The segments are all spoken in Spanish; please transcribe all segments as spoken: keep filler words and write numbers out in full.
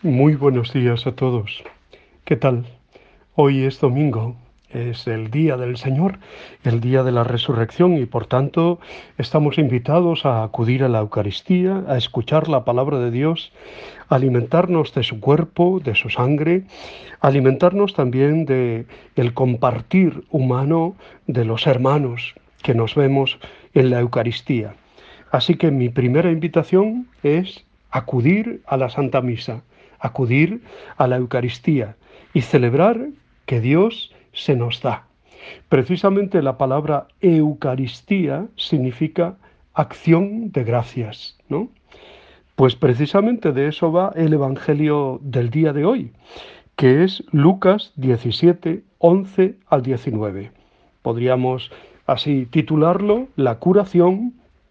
Muy buenos días a todos. ¿Qué tal? Hoy es domingo, es el día del Señor, el día de la resurrección y por tanto estamos invitados a acudir a la Eucaristía, a escuchar la palabra de Dios, a alimentarnos de su cuerpo, de su sangre, alimentarnos también de el compartir humano de los hermanos que nos vemos en la Eucaristía. Así que mi primera invitación es acudir a la Santa Misa, acudir a la Eucaristía y celebrar que Dios se nos da. Precisamente la palabra Eucaristía significa acción de gracias, ¿no? Pues precisamente de eso va el Evangelio del día de hoy, que es Lucas diecisiete, once al diecinueve. Podríamos así titularlo La curación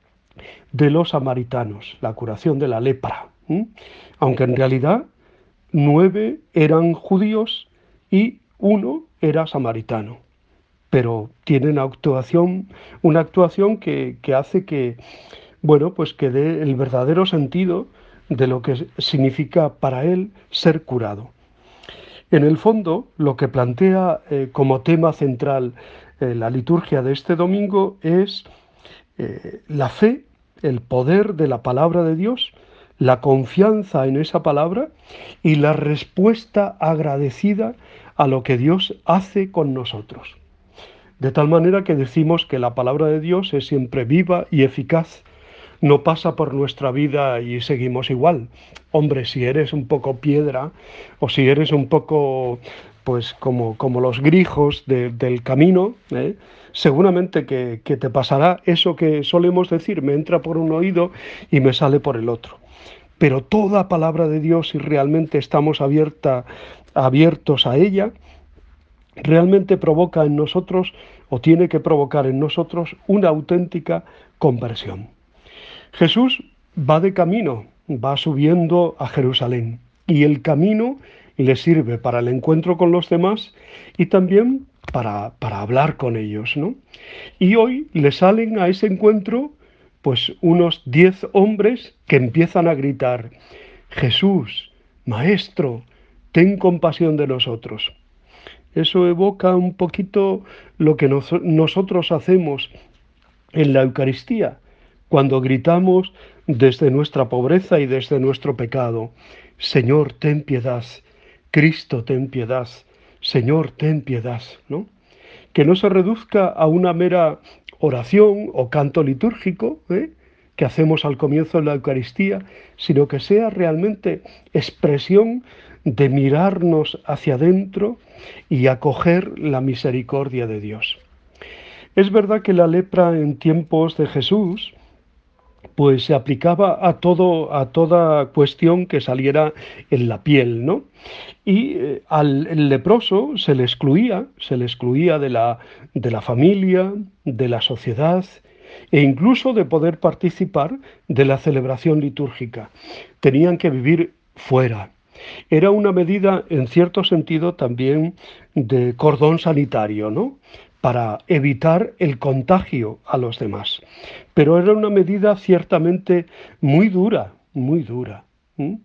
de los samaritanos, la curación de la lepra. ¿m? Aunque en realidad nueve eran judíos y uno era samaritano. Pero tienen actuación, una actuación que, que hace que, bueno, pues que dé el verdadero sentido de lo que significa para él ser curado. En el fondo, lo que plantea eh, como tema central eh, la liturgia de este domingo es eh, la fe, el poder de la palabra de Dios, la confianza en esa palabra y la respuesta agradecida a lo que Dios hace con nosotros. De tal manera que decimos que la palabra de Dios es siempre viva y eficaz, no pasa por nuestra vida y seguimos igual. Hombre, si eres un poco piedra o si eres un poco, pues como, como los grijos de, del camino, ¿eh? seguramente que, que te pasará eso que solemos decir, me entra por un oído y me sale por el otro. Pero toda palabra de Dios, si realmente estamos abierta, abiertos a ella, realmente provoca en nosotros o tiene que provocar en nosotros una auténtica conversión. Jesús va de camino, va subiendo a Jerusalén y el camino le sirve para el encuentro con los demás y también para, para hablar con ellos, ¿no? Y hoy le salen a ese encuentro pues unos diez hombres que empiezan a gritar, Jesús, Maestro, ten compasión de nosotros. Eso evoca un poquito lo que nos, nosotros hacemos en la Eucaristía, cuando gritamos desde nuestra pobreza y desde nuestro pecado, Señor, ten piedad, Cristo, ten piedad, Señor, ten piedad, ¿no? Que no se reduzca a una mera oración o canto litúrgico, ¿eh? que hacemos al comienzo de la Eucaristía, sino que sea realmente expresión de mirarnos hacia adentro y acoger la misericordia de Dios. Es verdad que la lepra en tiempos de Jesús pues se aplicaba a todo a toda cuestión que saliera en la piel, ¿no? Y eh, al el leproso se le excluía, se le excluía de la de la familia, de la sociedad e incluso de poder participar de la celebración litúrgica. Tenían que vivir fuera. Era una medida, en cierto sentido, también de cordón sanitario, ¿no? Para evitar el contagio a los demás. Pero era una medida ciertamente muy dura, muy dura. ¿m?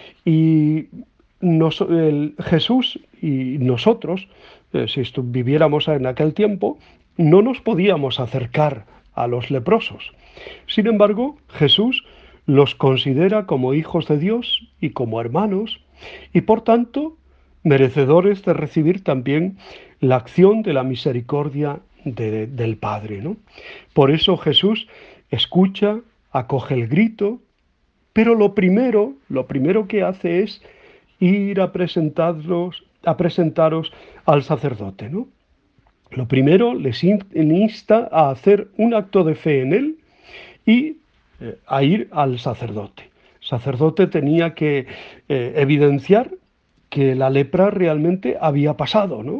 Y nos- el- Jesús y nosotros, eh, si estu- viviéramos en aquel tiempo, no nos podíamos acercar a los leprosos. Sin embargo, Jesús los considera como hijos de Dios y como hermanos, y por tanto merecedores de recibir también la acción de la misericordia de- del Padre, ¿no? Por eso Jesús escucha, acoge el grito, pero lo primero, lo primero que hace es ir a presentarlos, a presentaros al sacerdote, ¿no? Lo primero les insta a hacer un acto de fe en él y eh, a ir al sacerdote. El sacerdote tenía que eh, evidenciar que la lepra realmente había pasado, ¿no?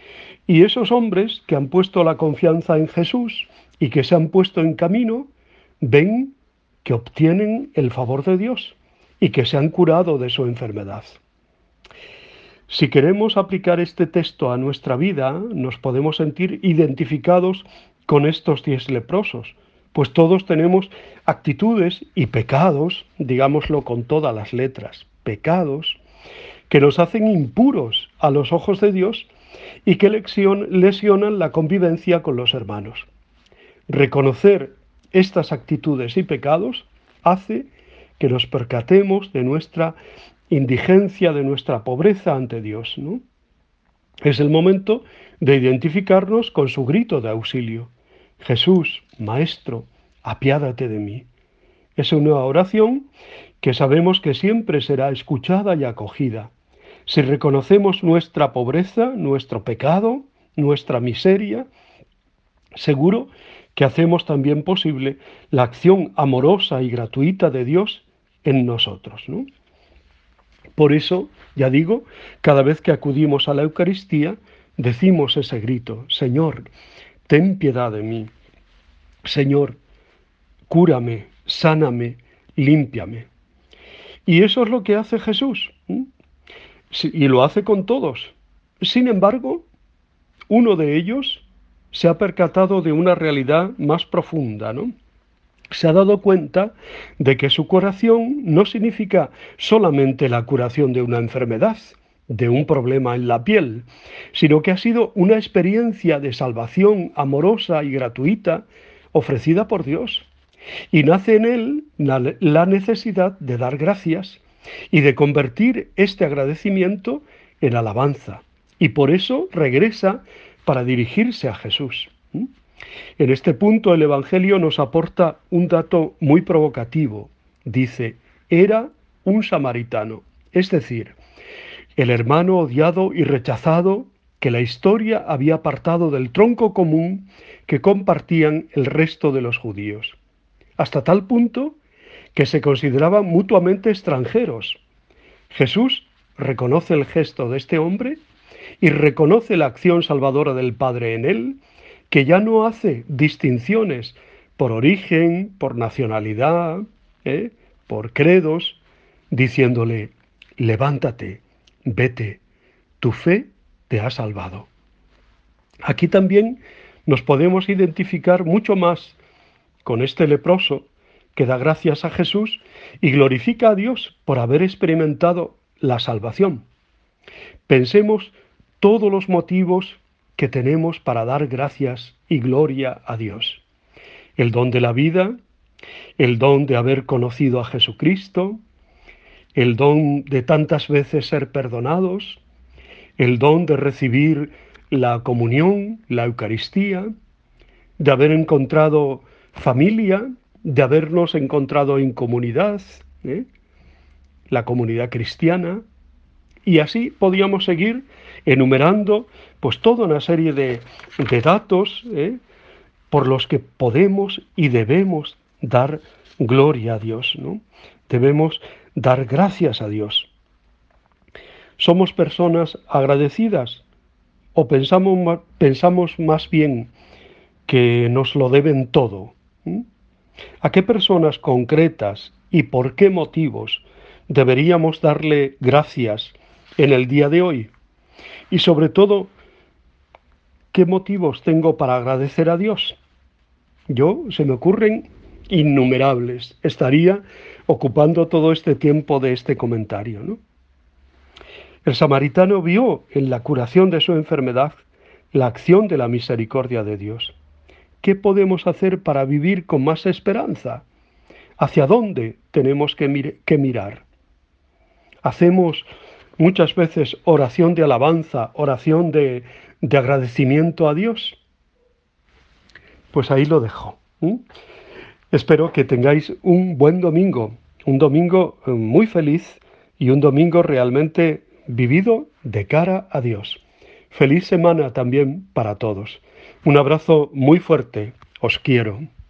Y esos hombres que han puesto la confianza en Jesús y que se han puesto en camino, ven que obtienen el favor de Dios y que se han curado de su enfermedad. Si queremos aplicar este texto a nuestra vida, nos podemos sentir identificados con estos diez leprosos, pues todos tenemos actitudes y pecados, digámoslo con todas las letras, pecados que nos hacen impuros a los ojos de Dios y que lesionan la convivencia con los hermanos. Reconocer estas actitudes y pecados hace que nos percatemos de nuestra indigencia, de nuestra pobreza ante Dios, ¿no? Es el momento de identificarnos con su grito de auxilio. Jesús, Maestro, apiádate de mí. Es una oración que sabemos que siempre será escuchada y acogida. Si reconocemos nuestra pobreza, nuestro pecado, nuestra miseria, seguro que hacemos también posible la acción amorosa y gratuita de Dios en nosotros, ¿no? Por eso, ya digo, cada vez que acudimos a la Eucaristía, decimos ese grito: Señor, ten piedad de mí. Señor, cúrame, sáname, límpiame. Y eso es lo que hace Jesús, ¿eh? Y lo hace con todos. Sin embargo, uno de ellos se ha percatado de una realidad más profunda, ¿no? Se ha dado cuenta de que su curación no significa solamente la curación de una enfermedad, de un problema en la piel, sino que ha sido una experiencia de salvación amorosa y gratuita ofrecida por Dios. Y nace en él la necesidad de dar gracias y de convertir este agradecimiento en alabanza. Y por eso regresa para dirigirse a Jesús. En este punto el Evangelio nos aporta un dato muy provocativo. Dice, era un samaritano, es decir, el hermano odiado y rechazado que la historia había apartado del tronco común que compartían el resto de los judíos, hasta tal punto que se consideraban mutuamente extranjeros. Jesús reconoce el gesto de este hombre y reconoce la acción salvadora del Padre en él, que ya no hace distinciones por origen, por nacionalidad, ¿eh? por credos, diciéndole, levántate, vete, tu fe te ha salvado. Aquí también nos podemos identificar mucho más con este leproso que da gracias a Jesús y glorifica a Dios por haber experimentado la salvación. Pensemos todos los motivos que tenemos para dar gracias y gloria a Dios. El don de la vida, el don de haber conocido a Jesucristo, el don de tantas veces ser perdonados, el don de recibir la comunión, la Eucaristía, de haber encontrado familia, de habernos encontrado en comunidad, ¿eh? la comunidad cristiana, y así podíamos seguir enumerando pues toda una serie de, de datos ¿eh? por los que podemos y debemos dar gloria a Dios, ¿no? Debemos dar gracias a Dios. ¿Somos personas agradecidas o pensamos, pensamos más bien que nos lo deben todo? ¿Mm? ¿A qué personas concretas y por qué motivos deberíamos darle gracias en el día de hoy? Y sobre todo, ¿qué motivos tengo para agradecer a Dios? Yo, se me ocurren innumerables. Estaría ocupando todo este tiempo de este comentario, ¿no? El samaritano vio en la curación de su enfermedad la acción de la misericordia de Dios. ¿Qué podemos hacer para vivir con más esperanza? ¿Hacia dónde tenemos que, mir- que mirar? Hacemos muchas veces oración de alabanza, oración de, de agradecimiento a Dios. Pues ahí lo dejo. ¿eh? Espero que tengáis un buen domingo, un domingo eh, muy feliz y un domingo realmente vivido de cara a Dios. Feliz semana también para todos. Un abrazo muy fuerte. Os quiero.